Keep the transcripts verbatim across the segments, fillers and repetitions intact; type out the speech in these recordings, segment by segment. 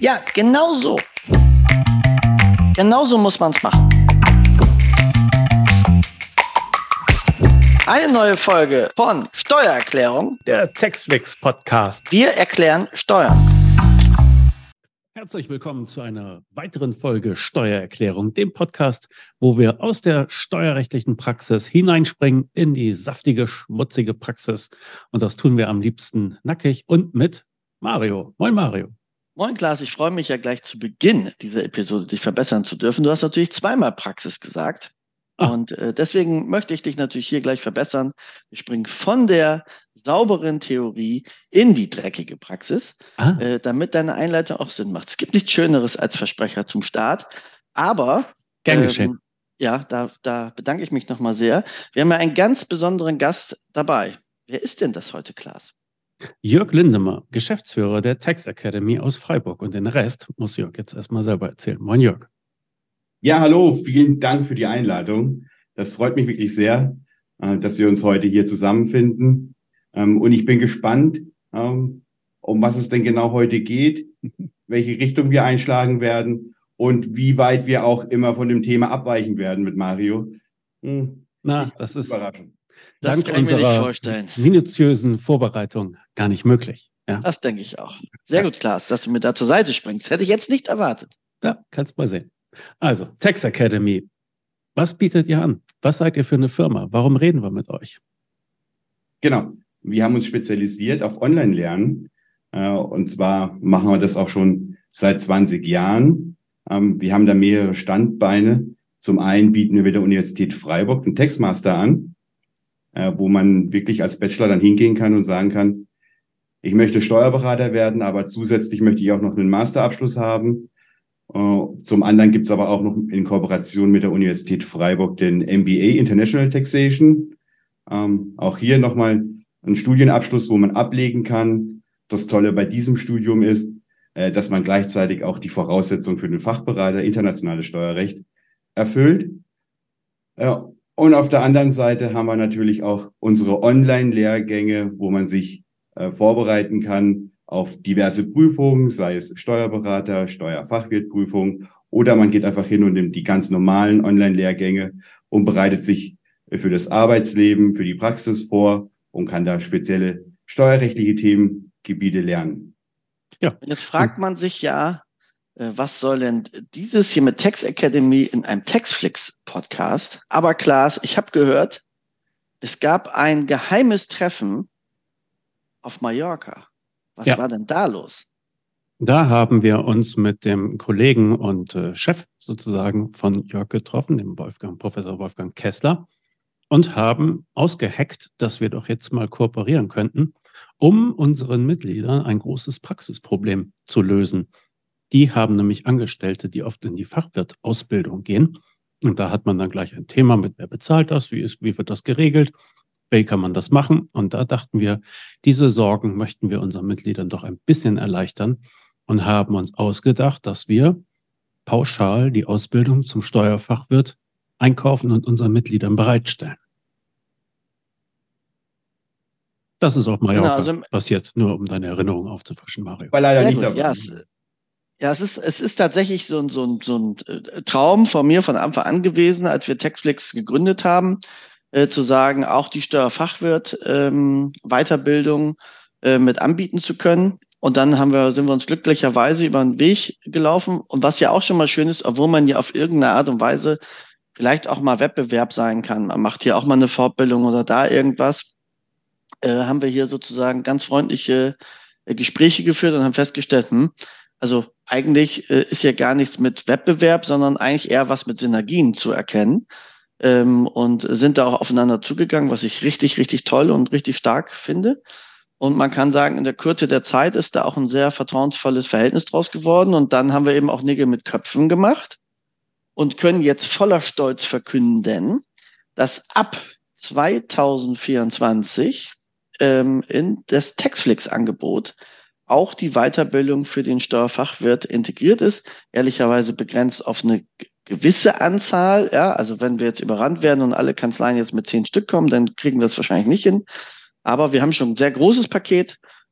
Ja, genau so. Genau so muss man es machen. Eine neue Folge von Steuererklärung, der Taxflix Podcast. Wir erklären Steuern. Herzlich willkommen zu einer weiteren Folge Steuererklärung, dem Podcast, wo wir aus der steuerrechtlichen Praxis hineinspringen in die saftige, schmutzige Praxis. Und das tun wir am liebsten nackig und mit Mario. Moin Mario. Moin Klaas, ich freue mich ja gleich zu Beginn dieser Episode, dich verbessern zu dürfen. Du hast natürlich zweimal Praxis gesagt. Ah. Und äh, deswegen möchte ich dich natürlich hier gleich verbessern. Wir springen von der sauberen Theorie in die dreckige Praxis, ah. äh, damit deine Einleitung auch Sinn macht. Es gibt nichts Schöneres als Versprecher zum Start, aber Gern geschehen. Ähm, ja, da, da bedanke ich mich nochmal sehr. Wir haben ja einen ganz besonderen Gast dabei. Wer ist denn das heute, Klaas? Jörg Lindemer, Geschäftsführer der Tax Academy aus Freiburg. Und den Rest muss Jörg jetzt erstmal selber erzählen. Moin Jörg. Ja, hallo, vielen Dank für die Einladung. Das freut mich wirklich sehr, dass wir uns heute hier zusammenfinden. Und ich bin gespannt, um was es denn genau heute geht, welche Richtung wir einschlagen werden und wie weit wir auch immer von dem Thema abweichen werden mit Mario. Na, das ist überraschend. Das dank kann ich mir nicht unserer vorstellen. minutiösen Vorbereitung gar nicht möglich. Ja. Das denke ich auch. Sehr gut, Klaas, dass du mir da zur Seite springst. Hätte ich jetzt nicht erwartet. Ja, kannst mal sehen. Also, Tax Academy. Was bietet ihr an? Was seid ihr für eine Firma? Warum reden wir mit euch? Genau. Wir haben uns spezialisiert auf Online-Lernen. Und zwar machen wir das auch schon seit zwanzig Jahren. Wir haben da mehrere Standbeine. Zum einen bieten wir mit der Universität Freiburg den Tax-Master an, wo man wirklich als Bachelor dann hingehen kann und sagen kann, ich möchte Steuerberater werden, aber zusätzlich möchte ich auch noch einen Masterabschluss haben. Zum anderen gibt es aber auch noch in Kooperation mit der Universität Freiburg den M B A International Taxation. Auch hier nochmal ein Studienabschluss, wo man ablegen kann. Das Tolle bei diesem Studium ist, dass man gleichzeitig auch die Voraussetzungen für den Fachberater internationales Steuerrecht erfüllt. Und auf der anderen Seite haben wir natürlich auch unsere Online-Lehrgänge, wo man sich äh, vorbereiten kann auf diverse Prüfungen, sei es Steuerberater, Steuerfachwirtprüfung, oder man geht einfach hin und nimmt die ganz normalen Online-Lehrgänge und bereitet sich für das Arbeitsleben, für die Praxis vor und kann da spezielle steuerrechtliche Themengebiete lernen. Ja. Jetzt fragt man sich ja, was soll denn dieses hier mit Tax Academy in einem Taxflix-Podcast? Aber Klaas, ich habe gehört, es gab ein geheimes Treffen auf Mallorca. Was ja. war denn da los? Da haben wir uns mit dem Kollegen und äh, Chef sozusagen von Jörg getroffen, dem Wolfgang, Professor Wolfgang Kessler, und haben ausgeheckt, dass wir doch jetzt mal kooperieren könnten, um unseren Mitgliedern ein großes Praxisproblem zu lösen. Die haben nämlich Angestellte, die oft in die Fachwirtausbildung gehen. Und da hat man dann gleich ein Thema mit, wer bezahlt das, wie ist, wie wird das geregelt, wie kann man das machen? Und da dachten wir, diese Sorgen möchten wir unseren Mitgliedern doch ein bisschen erleichtern und haben uns ausgedacht, dass wir pauschal die Ausbildung zum Steuerfachwirt einkaufen und unseren Mitgliedern bereitstellen. Das ist auf Mallorca genau, also, passiert, nur um deine Erinnerung aufzufrischen, Mario. War leider nicht gut, dabei. Ja, es, ja, es ist, es ist tatsächlich so ein, so, ein, so ein Traum von mir von Anfang an gewesen, als wir Taxflix gegründet haben, äh, zu sagen, auch die Steuerfachwirt ähm, Weiterbildung äh, mit anbieten zu können. Und dann haben wir, sind wir uns glücklicherweise über den Weg gelaufen. Und was ja auch schon mal schön ist, obwohl man ja auf irgendeine Art und Weise vielleicht auch mal Wettbewerb sein kann. Man macht hier auch mal eine Fortbildung oder da irgendwas. Äh, haben wir hier sozusagen ganz freundliche äh, Gespräche geführt und haben festgestellt, hm, also eigentlich äh, ist ja gar nichts mit Wettbewerb, sondern eigentlich eher was mit Synergien zu erkennen. Ähm, und sind da auch aufeinander zugegangen, was ich richtig, richtig toll und richtig stark finde. Und man kann sagen, in der Kürze der Zeit ist da auch ein sehr vertrauensvolles Verhältnis draus geworden. Und dann haben wir eben auch Nägel mit Köpfen gemacht und können jetzt voller Stolz verkünden, dass ab zwanzig vierundzwanzig ähm, in das Taxflix-Angebot auch die Weiterbildung für den Steuerfachwirt integriert ist, ehrlicherweise begrenzt auf eine gewisse Anzahl. Ja, also wenn wir jetzt überrannt werden und alle Kanzleien jetzt mit zehn Stück kommen, dann kriegen wir es wahrscheinlich nicht hin. Aber wir haben schon ein sehr großes Paket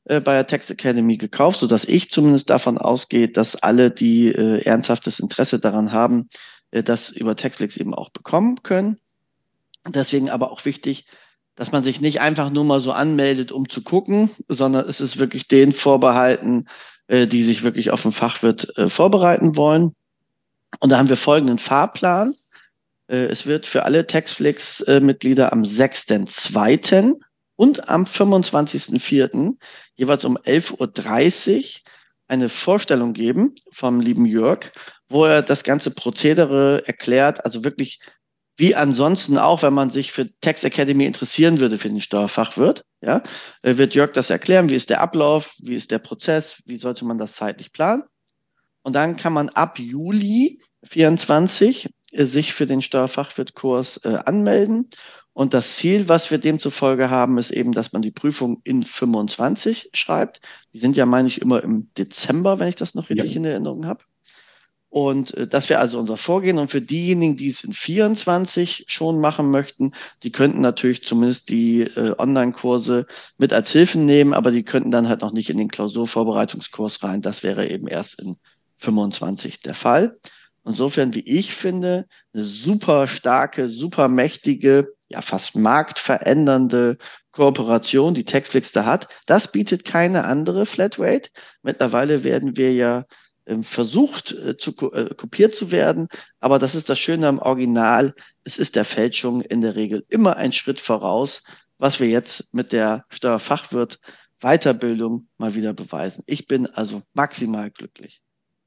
äh, bei der Tax Academy gekauft, sodass ich zumindest davon ausgehe, dass alle, die äh, ernsthaftes Interesse daran haben, äh, das über Taxflix eben auch bekommen können. Deswegen aber auch wichtig, dass man sich nicht einfach nur mal so anmeldet, um zu gucken, sondern es ist wirklich denen vorbehalten, äh, die sich wirklich auf den Fachwirt äh, vorbereiten wollen. Und da haben wir folgenden Fahrplan. Äh, es wird für alle Taxflix-Mitglieder am sechsten zweiten und am fünfundzwanzigsten vierten jeweils um elf Uhr dreißig eine Vorstellung geben vom lieben Jörg, wo er das ganze Prozedere erklärt, also wirklich wie ansonsten auch, wenn man sich für Tax Academy interessieren würde, für den Steuerfachwirt, ja, wird Jörg das erklären, wie ist der Ablauf, wie ist der Prozess, wie sollte man das zeitlich planen. Und dann kann man ab Juli vierundzwanzig äh, sich für den Steuerfachwirtkurs äh, anmelden. Und das Ziel, was wir demzufolge haben, ist eben, dass man die Prüfung in fünfundzwanzig schreibt. Die sind ja, meine ich, immer im Dezember, wenn ich das noch richtig ja. in Erinnerung habe. Und äh, das wäre also unser Vorgehen. Und für diejenigen, die es in vierundzwanzig schon machen möchten, die könnten natürlich zumindest die äh, Online-Kurse mit als Hilfen nehmen, aber die könnten dann halt noch nicht in den Klausurvorbereitungskurs rein. Das wäre eben erst in fünfundzwanzig der Fall. Insofern, wie ich finde, eine super starke, super mächtige, ja fast marktverändernde Kooperation, die Taxflix da hat. Das bietet keine andere Flatrate. Mittlerweile werden wir ja versucht äh, zu äh, kopiert zu werden, aber das ist das Schöne am Original, es ist der Fälschung in der Regel immer ein Schritt voraus, was wir jetzt mit der Steuerfachwirt Weiterbildung mal wieder beweisen. Ich bin also maximal glücklich.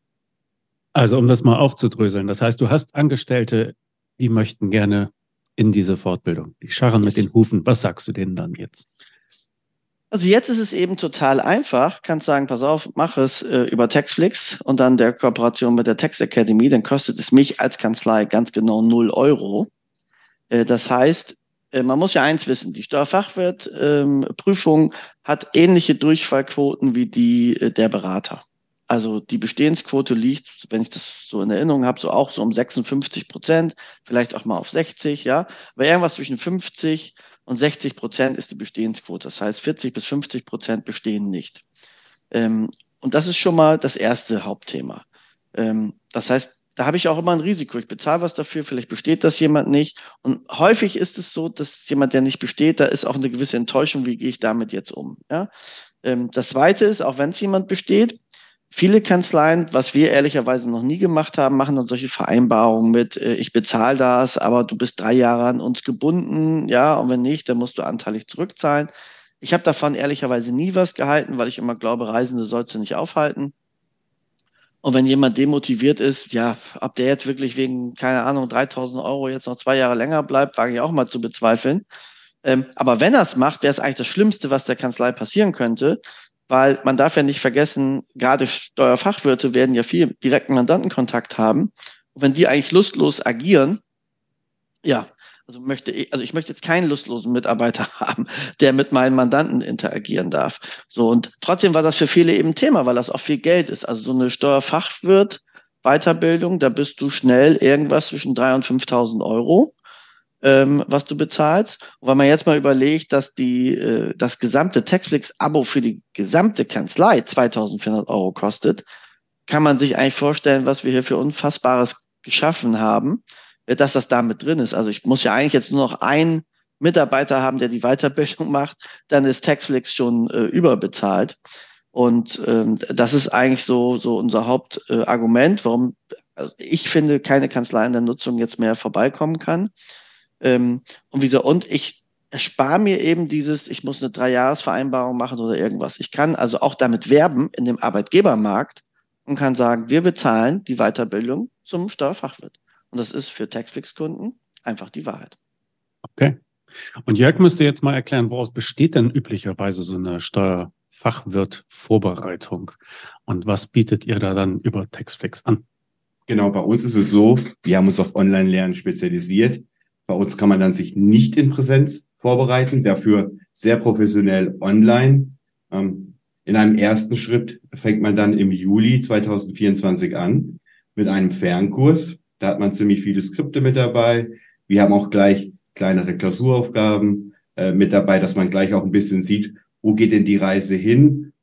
Also um das mal aufzudröseln, das heißt, du hast Angestellte, die möchten gerne in diese Fortbildung, die scharren yes. mit den Hufen. Was sagst du denen dann jetzt? Also jetzt ist es eben total einfach. Kannst sagen, pass auf, mach es äh, über Taxflix und dann der Kooperation mit der Tax Academy. Dann kostet es mich als Kanzlei ganz genau null Euro. Äh, das heißt, äh, man muss ja eins wissen, die Steuerfachwirt-Prüfung ähm, hat ähnliche Durchfallquoten wie die äh, der Berater. Also die Bestehensquote liegt, wenn ich das so in Erinnerung habe, so auch so um sechsundfünfzig Prozent, vielleicht auch mal auf sechzig, ja. Aber irgendwas zwischen fünfzig und sechzig Prozent ist die Bestehensquote. Das heißt, vierzig bis fünfzig Prozent bestehen nicht. Ähm, und das ist schon mal das erste Hauptthema. Ähm, das heißt, da habe ich auch immer ein Risiko. Ich bezahle was dafür, vielleicht besteht das jemand nicht. Und häufig ist es so, dass jemand, der nicht besteht, da ist auch eine gewisse Enttäuschung, wie gehe ich damit jetzt um. Ja? Ähm, das Zweite ist, auch wenn es jemand besteht, viele Kanzleien, was wir ehrlicherweise noch nie gemacht haben, machen dann solche Vereinbarungen mit, äh, ich bezahle das, aber du bist drei Jahre an uns gebunden, ja, und wenn nicht, dann musst du anteilig zurückzahlen. Ich habe davon ehrlicherweise nie was gehalten, weil ich immer glaube, Reisende sollst du nicht aufhalten. Und wenn jemand demotiviert ist, ja, ob der jetzt wirklich wegen, keine Ahnung, dreitausend Euro jetzt noch zwei Jahre länger bleibt, wage ich auch mal zu bezweifeln. Ähm, aber wenn er es macht, wäre es eigentlich das Schlimmste, was der Kanzlei passieren könnte, weil man darf ja nicht vergessen, gerade Steuerfachwirte werden ja viel direkten Mandantenkontakt haben. Und wenn die eigentlich lustlos agieren, ja, also möchte ich, also ich möchte jetzt keinen lustlosen Mitarbeiter haben, der mit meinen Mandanten interagieren darf. So, und trotzdem war das für viele eben Thema, weil das auch viel Geld ist. Also so eine Steuerfachwirt Weiterbildung, da bist du schnell irgendwas zwischen dreitausend und fünftausend Euro. Ähm, was du bezahlst. Und wenn man jetzt mal überlegt, dass die, äh, das gesamte Taxflix-Abo für die gesamte Kanzlei zweitausendvierhundert Euro kostet, kann man sich eigentlich vorstellen, was wir hier für Unfassbares geschaffen haben, äh, dass das da mit drin ist. Also ich muss ja eigentlich jetzt nur noch einen Mitarbeiter haben, der die Weiterbildung macht, dann ist Taxflix schon äh, überbezahlt. Und ähm, das ist eigentlich so, so unser Hauptargument, äh, warum also ich finde, keine Kanzlei in der Nutzung jetzt mehr vorbeikommen kann. Ähm, und wie so, und ich erspare mir eben dieses, ich muss eine Dreijahresvereinbarung machen oder irgendwas. Ich kann also auch damit werben in dem Arbeitgebermarkt und kann sagen, wir bezahlen die Weiterbildung zum Steuerfachwirt. Und das ist für Taxflix-Kunden einfach die Wahrheit. Okay. Und Jörg müsste jetzt mal erklären, woraus besteht denn üblicherweise so eine Steuerfachwirt-Vorbereitung? Und was bietet ihr da dann über Taxflix an? Genau, bei uns ist es so, wir haben uns auf Online-Lernen spezialisiert. Bei uns kann man dann sich nicht in Präsenz vorbereiten, dafür sehr professionell online. Ähm, in einem ersten Schritt fängt man dann im Juli zweitausendvierundzwanzig an mit einem Fernkurs. Da hat man ziemlich viele Skripte mit dabei. Wir haben auch gleich kleinere Klausuraufgaben äh, mit dabei, dass man gleich auch ein bisschen sieht, wo geht denn die Reise hin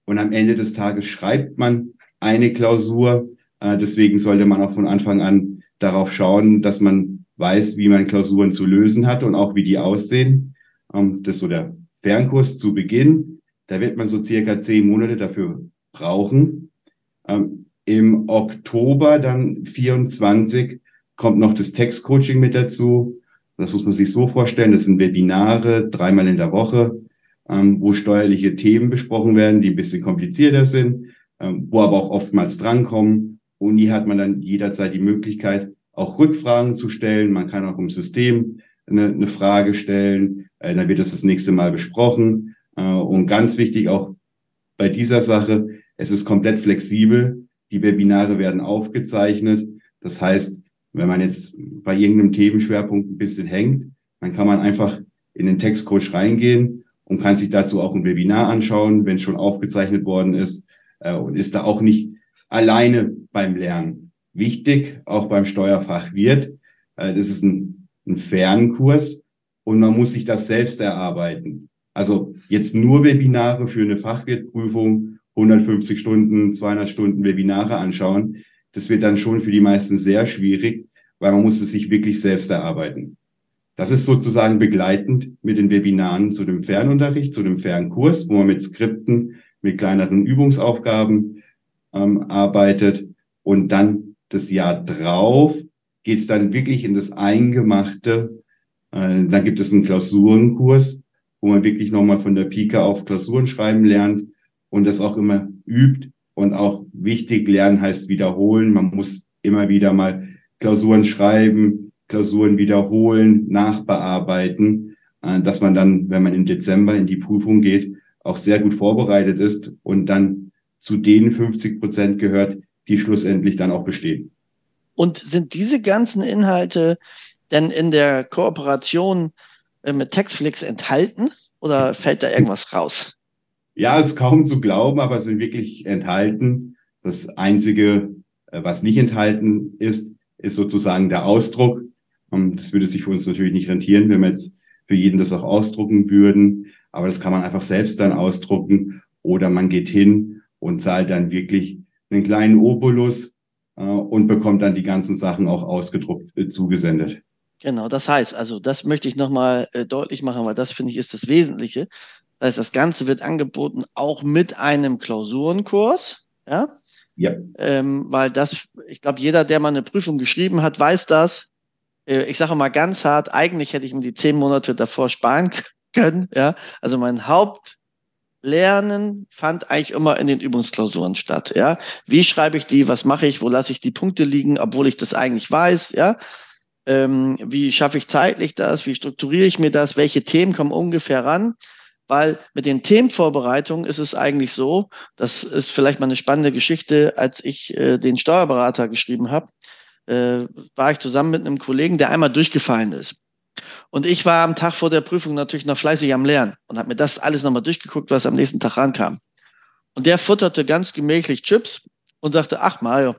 und am Ende des Tages schreibt man eine Klausur. Äh, deswegen sollte man auch von Anfang an darauf schauen, dass man weiß, wie man Klausuren zu lösen hat und auch wie die aussehen. Ähm, das ist so der Fernkurs zu Beginn. Da wird man so circa zehn Monate dafür brauchen. Ähm, Im Oktober dann vierundzwanzig kommt noch das Textcoaching mit dazu. Das muss man sich so vorstellen. Das sind Webinare, dreimal in der Woche, ähm, wo steuerliche Themen besprochen werden, die ein bisschen komplizierter sind, ähm, wo aber auch oftmals drankommen. Und hier hat man dann jederzeit die Möglichkeit, auch Rückfragen zu stellen. Man kann auch im System eine, eine Frage stellen. Äh, dann wird das das nächste Mal besprochen. Äh, und ganz wichtig auch bei dieser Sache, es ist komplett flexibel. Die Webinare werden aufgezeichnet. Das heißt, wenn man jetzt bei irgendeinem Themenschwerpunkt ein bisschen hängt, dann kann man einfach in den Textcoach reingehen und kann sich dazu auch ein Webinar anschauen, wenn es schon aufgezeichnet worden ist, äh, und ist da auch nicht alleine beim Lernen. Wichtig, auch beim Steuerfachwirt, äh, das ist ein, ein Fernkurs und man muss sich das selbst erarbeiten. Also jetzt nur Webinare für eine Fachwirtprüfung, hundertfünfzig Stunden, zweihundert Stunden Webinare anschauen, das wird dann schon für die meisten sehr schwierig, weil man muss es sich wirklich selbst erarbeiten. Das ist sozusagen begleitend mit den Webinaren zu dem Fernunterricht, zu dem Fernkurs, wo man mit Skripten, mit kleineren Übungsaufgaben ähm, arbeitet. Und dann das Jahr drauf geht es dann wirklich in das Eingemachte. Äh, dann gibt es einen Klausurenkurs, wo man wirklich nochmal von der Pike auf Klausuren schreiben lernt und das auch immer übt. Und auch wichtig, lernen heißt wiederholen. Man muss immer wieder mal Klausuren schreiben, Klausuren wiederholen, nachbearbeiten, dass man dann, wenn man im Dezember in die Prüfung geht, auch sehr gut vorbereitet ist und dann zu den fünfzig Prozent gehört, die schlussendlich dann auch bestehen. Und sind diese ganzen Inhalte denn in der Kooperation mit Textflix enthalten oder fällt da irgendwas raus? Ja, ist kaum zu glauben, aber es sind wirklich enthalten. Das Einzige, was nicht enthalten ist, ist sozusagen der Ausdruck. Das würde sich für uns natürlich nicht rentieren, wenn wir jetzt für jeden das auch ausdrucken würden. Aber das kann man einfach selbst dann ausdrucken oder man geht hin und zahlt dann wirklich einen kleinen Obolus und bekommt dann die ganzen Sachen auch ausgedruckt zugesendet. Genau, das heißt, also das möchte ich nochmal äh, deutlich machen, weil das finde ich ist das Wesentliche. Das heißt, das Ganze wird angeboten auch mit einem Klausurenkurs, ja, Ja. ähm, weil das, ich glaube, jeder, der mal eine Prüfung geschrieben hat, weiß das. Äh, ich sage mal ganz hart, eigentlich hätte ich mir die zehn Monate davor sparen können, ja. Also mein Hauptlernen fand eigentlich immer in den Übungsklausuren statt, ja. Wie schreibe ich die? Was mache ich? Wo lasse ich die Punkte liegen, obwohl ich das eigentlich weiß, ja. Ähm, wie schaffe ich zeitlich das? Wie strukturiere ich mir das? Welche Themen kommen ungefähr ran? Weil mit den Themenvorbereitungen ist es eigentlich so, das ist vielleicht mal eine spannende Geschichte, als ich äh, den Steuerberater geschrieben habe, äh, war ich zusammen mit einem Kollegen, der einmal durchgefallen ist. Und ich war am Tag vor der Prüfung natürlich noch fleißig am Lernen und habe mir das alles nochmal durchgeguckt, was am nächsten Tag rankam. Und der futterte ganz gemächlich Chips und sagte, ach Mario,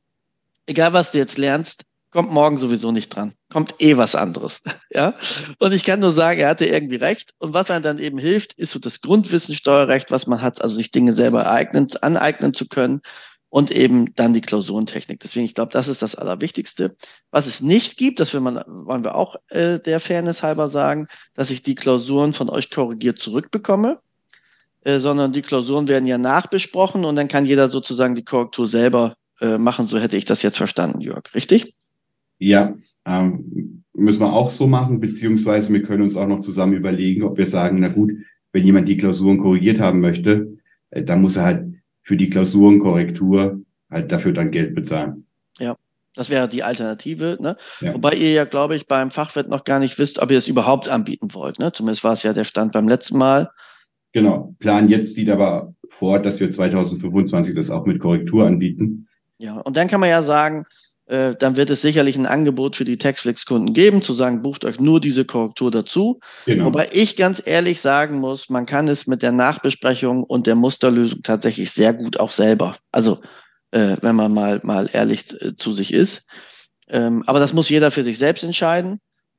egal was du jetzt lernst, kommt morgen sowieso nicht dran. Kommt eh was anderes. Ja? Und ich kann nur sagen, er hatte irgendwie recht. Und was einem dann eben hilft, ist so das Grundwissen Steuerrecht, was man hat, also sich Dinge selber eignen, aneignen zu können und eben dann die Klausurentechnik. Deswegen, ich glaube, das ist das Allerwichtigste. Was es nicht gibt, das will man, wollen wir auch äh, der Fairness halber sagen, dass ich die Klausuren von euch korrigiert zurückbekomme, äh, sondern die Klausuren werden ja nachbesprochen und dann kann jeder sozusagen die Korrektur selber äh, machen. So hätte ich das jetzt verstanden, Jörg. Richtig? Ja, ähm, müssen wir auch so machen, beziehungsweise wir können uns auch noch zusammen überlegen, ob wir sagen, na gut, wenn jemand die Klausuren korrigiert haben möchte, äh, dann muss er halt für die Klausurenkorrektur halt dafür dann Geld bezahlen. Ja, das wäre die Alternative, ne? Ja. Wobei ihr ja, glaube ich, beim Fachwirt noch gar nicht wisst, ob ihr es überhaupt anbieten wollt, ne? Zumindest war es ja der Stand beim letzten Mal. Genau. Plan jetzt sieht aber vor, dass wir zweitausendfünfundzwanzig das auch mit Korrektur anbieten. Ja, und dann kann man ja sagen, äh, dann wird es sicherlich ein Angebot für die Textflix-Kunden geben, zu sagen, bucht euch nur diese Korrektur dazu. Genau. Wobei ich ganz ehrlich sagen muss, man kann es mit der Nachbesprechung und der Musterlösung tatsächlich sehr gut auch selber. Also, äh, wenn man mal, mal ehrlich äh, zu sich ist. Ähm, aber das muss jeder für sich selbst entscheiden.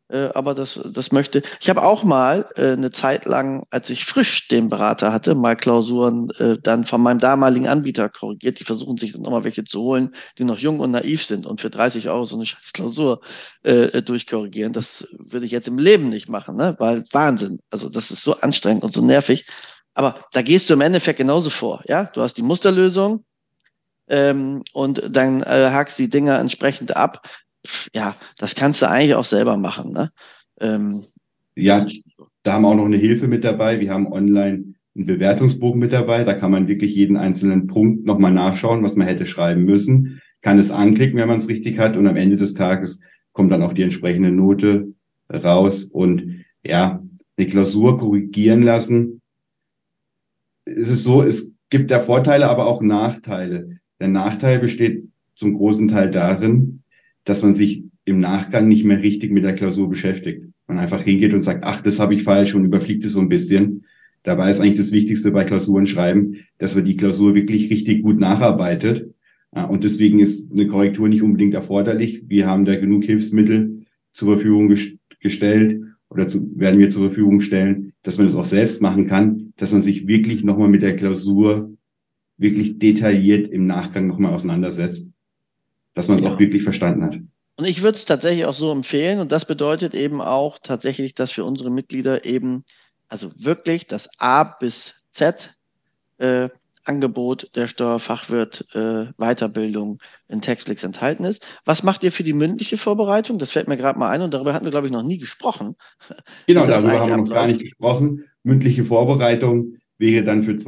Äh, aber das, das möchte. Ich habe auch mal äh, eine Zeit lang, als ich frisch den Berater hatte, mal Klausuren äh, dann von meinem damaligen Anbieter korrigiert. Die versuchen sich dann nochmal welche zu holen, die noch jung und naiv sind und für dreißig Euro so eine scheiß Klausur äh, durchkorrigieren. Das würde ich jetzt im Leben nicht machen, ne? Weil Wahnsinn. Also das ist so anstrengend und so nervig. Aber da gehst du im Endeffekt genauso vor. Ja, du hast die Musterlösung ähm, und dann äh, hakst die Dinger entsprechend ab. Ja, das kannst du eigentlich auch selber machen, ne? Ähm, Ja, da haben wir auch noch eine Hilfe mit dabei. Wir haben online einen Bewertungsbogen mit dabei. Da kann man wirklich jeden einzelnen Punkt nochmal nachschauen, was man hätte schreiben müssen. Kann es anklicken, wenn man es richtig hat. Und am Ende des Tages kommt dann auch die entsprechende Note raus. Und ja, eine Klausur korrigieren lassen. Es ist so, es gibt da Vorteile, aber auch Nachteile. Der Nachteil besteht zum großen Teil darin, dass man sich im Nachgang nicht mehr richtig mit der Klausur beschäftigt. Man einfach hingeht und sagt, ach, das habe ich falsch und überfliegt es so ein bisschen. Dabei ist eigentlich das Wichtigste bei Klausuren schreiben, dass man die Klausur wirklich richtig gut nacharbeitet. Und deswegen ist eine Korrektur nicht unbedingt erforderlich. Wir haben da genug Hilfsmittel zur Verfügung gest- gestellt oder zu, werden wir zur Verfügung stellen, dass man das auch selbst machen kann, dass man sich wirklich nochmal mit der Klausur wirklich detailliert im Nachgang nochmal auseinandersetzt, dass man es ja. auch wirklich verstanden hat. Und ich würde es tatsächlich auch so empfehlen. Und das bedeutet eben auch tatsächlich, dass für unsere Mitglieder eben, also wirklich das A bis Z äh, Angebot der Steuerfachwirt äh, Weiterbildung in Textflix enthalten ist. Was macht ihr für die mündliche Vorbereitung? Das fällt mir gerade mal ein und darüber hatten wir, glaube ich, noch nie gesprochen. Genau, darüber haben wir noch gar nicht gesprochen. Mündliche Vorbereitung wäre dann für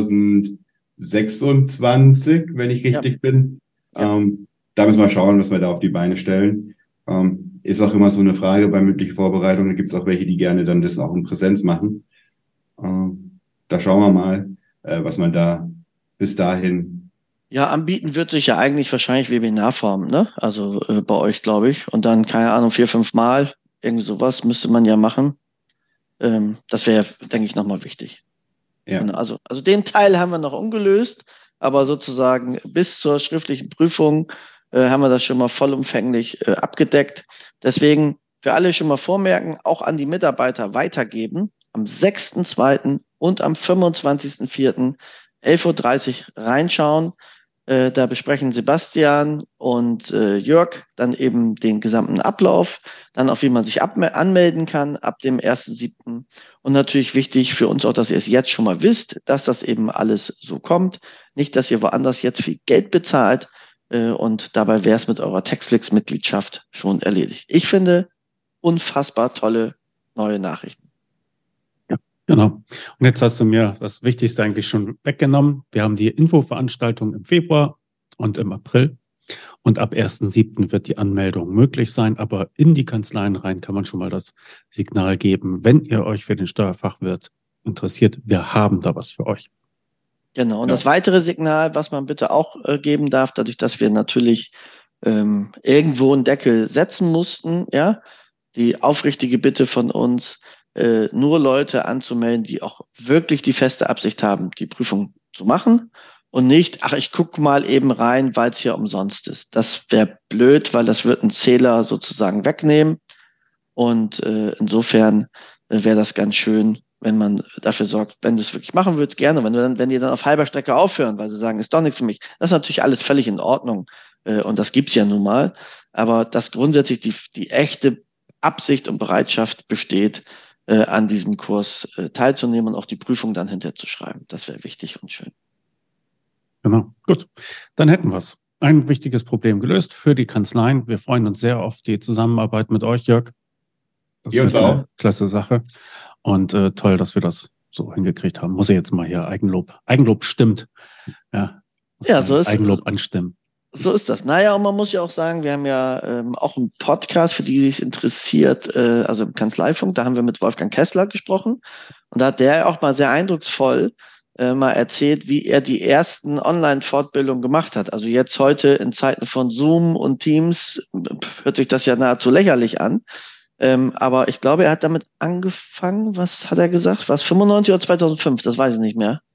zweitausendsechsundzwanzig, wenn ich richtig ja. bin. Ja. Ähm, da müssen wir schauen, was wir da auf die Beine stellen. Ähm, ist auch immer so eine Frage bei mündlicher Vorbereitung. Da gibt es auch welche, die gerne dann das auch in Präsenz machen. Ähm, da schauen wir mal, äh, was man da bis dahin. Ja, anbieten wird sich ja eigentlich wahrscheinlich Webinarform, ne? Also äh, bei euch, glaube ich. Und dann, keine Ahnung, vier, fünf Mal, irgendwie sowas müsste man ja machen. Ähm, das wäre, denke ich, nochmal wichtig. Ja. Genau, also, also den Teil haben wir noch ungelöst, aber sozusagen bis zur schriftlichen Prüfung äh, haben wir das schon mal vollumfänglich äh, abgedeckt. Deswegen für alle schon mal vormerken, auch an die Mitarbeiter weitergeben. Am sechsten zweiten und am fünfundzwanzigsten vierten elf Uhr dreißig reinschauen. Äh, da besprechen Sebastian und äh, Jörg dann eben den gesamten Ablauf, dann auch wie man sich anmelden kann ab dem ersten siebten Und natürlich wichtig für uns auch, dass ihr es jetzt schon mal wisst, dass das eben alles so kommt. Nicht, dass ihr woanders jetzt viel Geld bezahlt äh, und dabei wäre es mit eurer Textflix-Mitgliedschaft schon erledigt. Ich finde unfassbar tolle neue Nachrichten. Genau. Und jetzt hast du mir das Wichtigste eigentlich schon weggenommen. Wir haben die Infoveranstaltung im Februar und im April. Und ab ersten siebten wird die Anmeldung möglich sein. Aber in die Kanzleien rein kann man schon mal das Signal geben, wenn ihr euch für den Steuerfachwirt interessiert. Wir haben da was für euch. Genau. Und ja. Das weitere Signal, was man bitte auch äh, geben darf, dadurch, dass wir natürlich ähm, irgendwo einen Deckel setzen mussten, ja, die aufrichtige Bitte von uns, Äh, nur Leute anzumelden, die auch wirklich die feste Absicht haben, die Prüfung zu machen und nicht, ach, ich gucke mal eben rein, weil es hier umsonst ist. Das wäre blöd, weil das wird einen Zähler sozusagen wegnehmen und äh, insofern äh, wäre das ganz schön, wenn man dafür sorgt, wenn du es wirklich machen würdest, gerne, wenn du dann, wenn die dann auf halber Strecke aufhören, weil sie sagen, ist doch nichts für mich. Das ist natürlich alles völlig in Ordnung äh, und das gibt's ja nun mal, aber dass grundsätzlich die, die echte Absicht und Bereitschaft besteht, Äh, an diesem Kurs äh, teilzunehmen und auch die Prüfung dann hinterzuschreiben. Das wäre wichtig und schön. Genau, gut. Dann hätten wir es. Ein wichtiges Problem gelöst für die Kanzleien. Wir freuen uns sehr auf die Zusammenarbeit mit euch, Jörg. Das Wir uns auch. Eine klasse Sache. Und äh, toll, dass wir das so hingekriegt haben. Muss ich jetzt mal hier Eigenlob. Eigenlob stimmt. Ja, muss ja so ist Eigenlob es. anstimmen. So ist das. Naja, und man muss ja auch sagen, wir haben ja ähm, auch einen Podcast, für die, die sich interessiert, äh, also im Kanzleifunk, da haben wir mit Wolfgang Kessler gesprochen und da hat der auch mal sehr eindrucksvoll äh, mal erzählt, wie er die ersten Online-Fortbildungen gemacht hat. Also jetzt heute in Zeiten von Zoom und Teams hört sich das ja nahezu lächerlich an, ähm, aber ich glaube, er hat damit angefangen, was hat er gesagt, was, fünfundneunzig oder zweitausendfünf, das weiß ich nicht mehr.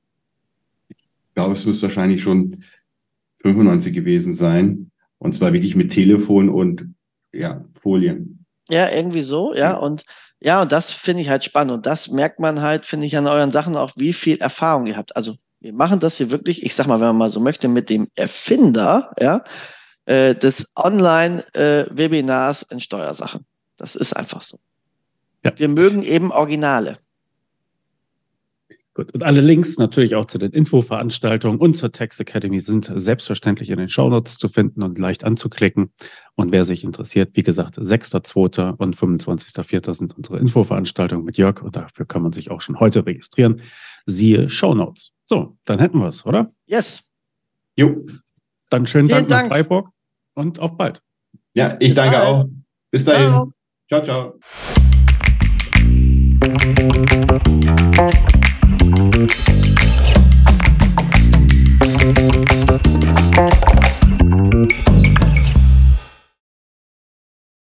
Ich glaube, es müsste wahrscheinlich schon fünfundneunzig gewesen sein. Und zwar wirklich mit Telefon und ja, Folien. Ja, irgendwie so, ja. Und ja, und das finde ich halt spannend. Und das merkt man halt, finde ich, an euren Sachen auch, wie viel Erfahrung ihr habt. Also wir machen das hier wirklich, ich sag mal, wenn man mal so möchte, mit dem Erfinder, ja, äh, des Online-Webinars in Steuersachen. Das ist einfach so. Ja. Wir mögen eben Originale. Gut. Und alle Links natürlich auch zu den Infoveranstaltungen und zur Tax Academy sind selbstverständlich in den Shownotes zu finden und leicht anzuklicken. Und wer sich interessiert, wie gesagt, sechster zweiter und fünfundzwanzigster vierter sind unsere Infoveranstaltungen mit Jörg und dafür kann man sich auch schon heute registrieren. Siehe Shownotes. So, dann hätten wir es, oder? Yes. Jo. Dann schönen Vielen Dank nach Dank. Freiburg und auf bald. Ja, ich Bis danke bald. auch. Bis dahin. Ciao. Ciao, ciao.